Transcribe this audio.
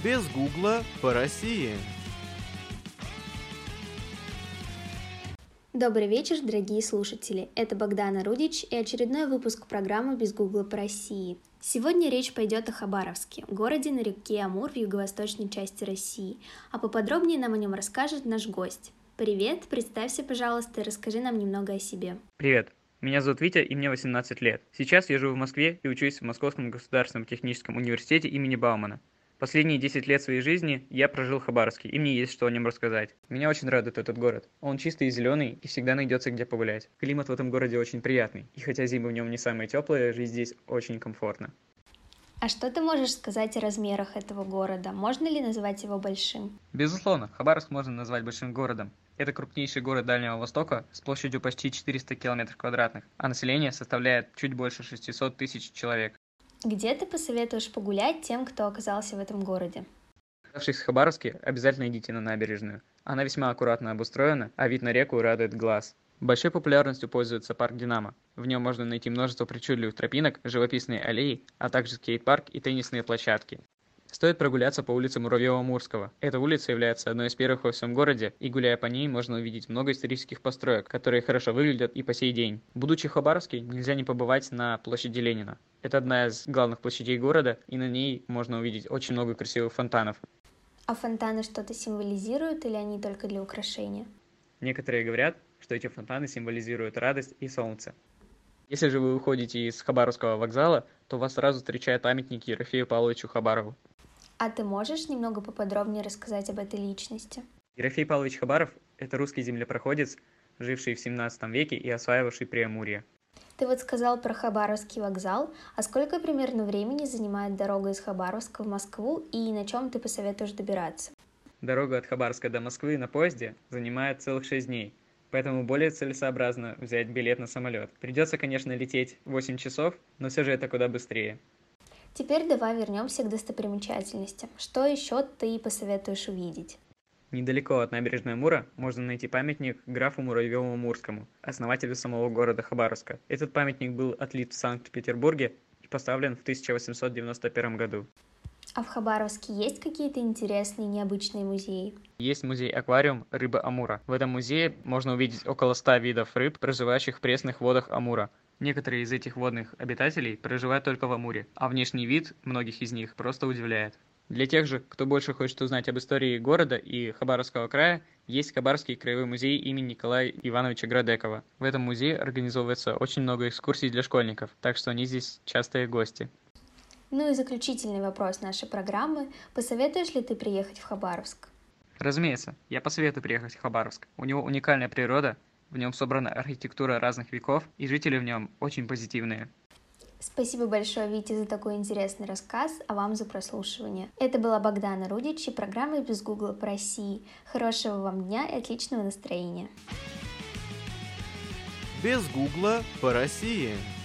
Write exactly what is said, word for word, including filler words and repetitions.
Без гугла по России. Добрый вечер, дорогие слушатели. Это Богдана Рудич и очередной выпуск программы «Без гугла по России». Сегодня речь пойдет о Хабаровске, городе на реке Амур в юго-восточной части России, а поподробнее нам о нем расскажет наш гость. Привет, представься, пожалуйста, и расскажи нам немного о себе. Привет, меня зовут Витя, и мне восемнадцать лет. Сейчас я живу в Москве и учусь в Московском государственном техническом университете имени Баумана. Последние десять лет своей жизни я прожил в Хабаровске, и мне есть что о нем рассказать. Меня очень радует этот город. Он чистый и зеленый, и всегда найдется где погулять. Климат в этом городе очень приятный, и хотя зимы в нем не самые теплые, жить здесь очень комфортно. А что ты можешь сказать о размерах этого города? Можно ли называть его большим? Безусловно, Хабаровск можно назвать большим городом. Это крупнейший город Дальнего Востока с площадью почти четыреста километров квадратных, а население составляет чуть больше шестисот тысяч человек. Где ты посоветуешь погулять тем, кто оказался в этом городе? Оказавшись в Хабаровске, обязательно идите на набережную. Она весьма аккуратно обустроена, а вид на реку радует глаз. Большой популярностью пользуется парк «Динамо». В нем можно найти множество причудливых тропинок, живописные аллеи, а также скейт-парк и теннисные площадки. Стоит прогуляться по улице Муравьева-Мурского. Эта улица является одной из первых во всем городе, и гуляя по ней, можно увидеть много исторических построек, которые хорошо выглядят и по сей день. Будучи в Хабаровске, нельзя не побывать на площади Ленина. Это одна из главных площадей города, и на ней можно увидеть очень много красивых фонтанов. А фонтаны что-то символизируют или они только для украшения? Некоторые говорят, что эти фонтаны символизируют радость и солнце. Если же вы уходите из Хабаровского вокзала, то вас сразу встречает памятник Ерофею Павловичу Хабарову. А ты можешь немного поподробнее рассказать об этой личности? Ерофей Павлович Хабаров – это русский землепроходец, живший в семнадцатом веке и осваивавший Преамурье. Ты вот сказал про Хабаровский вокзал, а сколько примерно времени занимает дорога из Хабаровска в Москву и на чем ты посоветуешь добираться? Дорога от Хабаровска до Москвы на поезде занимает целых шесть дней, поэтому более целесообразно взять билет на самолет. Придется, конечно, лететь восемь часов, но все же это куда быстрее. Теперь давай вернемся к достопримечательностям. Что еще ты посоветуешь увидеть? Недалеко от набережной Амура можно найти памятник графу Муравьеву-Мурскому, основателю самого города Хабаровска. Этот памятник был отлит в Санкт-Петербурге и поставлен в тысяча восемьсот девяносто первом году. А в Хабаровске есть какие-то интересные, необычные музеи? Есть музей-аквариум рыбы Амура. В этом музее можно увидеть около ста видов рыб, проживающих в пресных водах Амура. Некоторые из этих водных обитателей проживают только в Амуре, а внешний вид многих из них просто удивляет. Для тех же, кто больше хочет узнать об истории города и Хабаровского края, есть Хабаровский краевой музей имени Николая Ивановича Градекова. В этом музее организовывается очень много экскурсий для школьников, так что они здесь частые гости. Ну и заключительный вопрос нашей программы. Посоветуешь ли ты приехать в Хабаровск? Разумеется, я посоветую приехать в Хабаровск. У него уникальная природа, в нем собрана архитектура разных веков, и жители в нем очень позитивные. Спасибо большое, Вите, за такой интересный рассказ, а вам за прослушивание. Это была Богдана Рудич и программа «Без гугла по России». Хорошего вам дня и отличного настроения. Без гугла по России.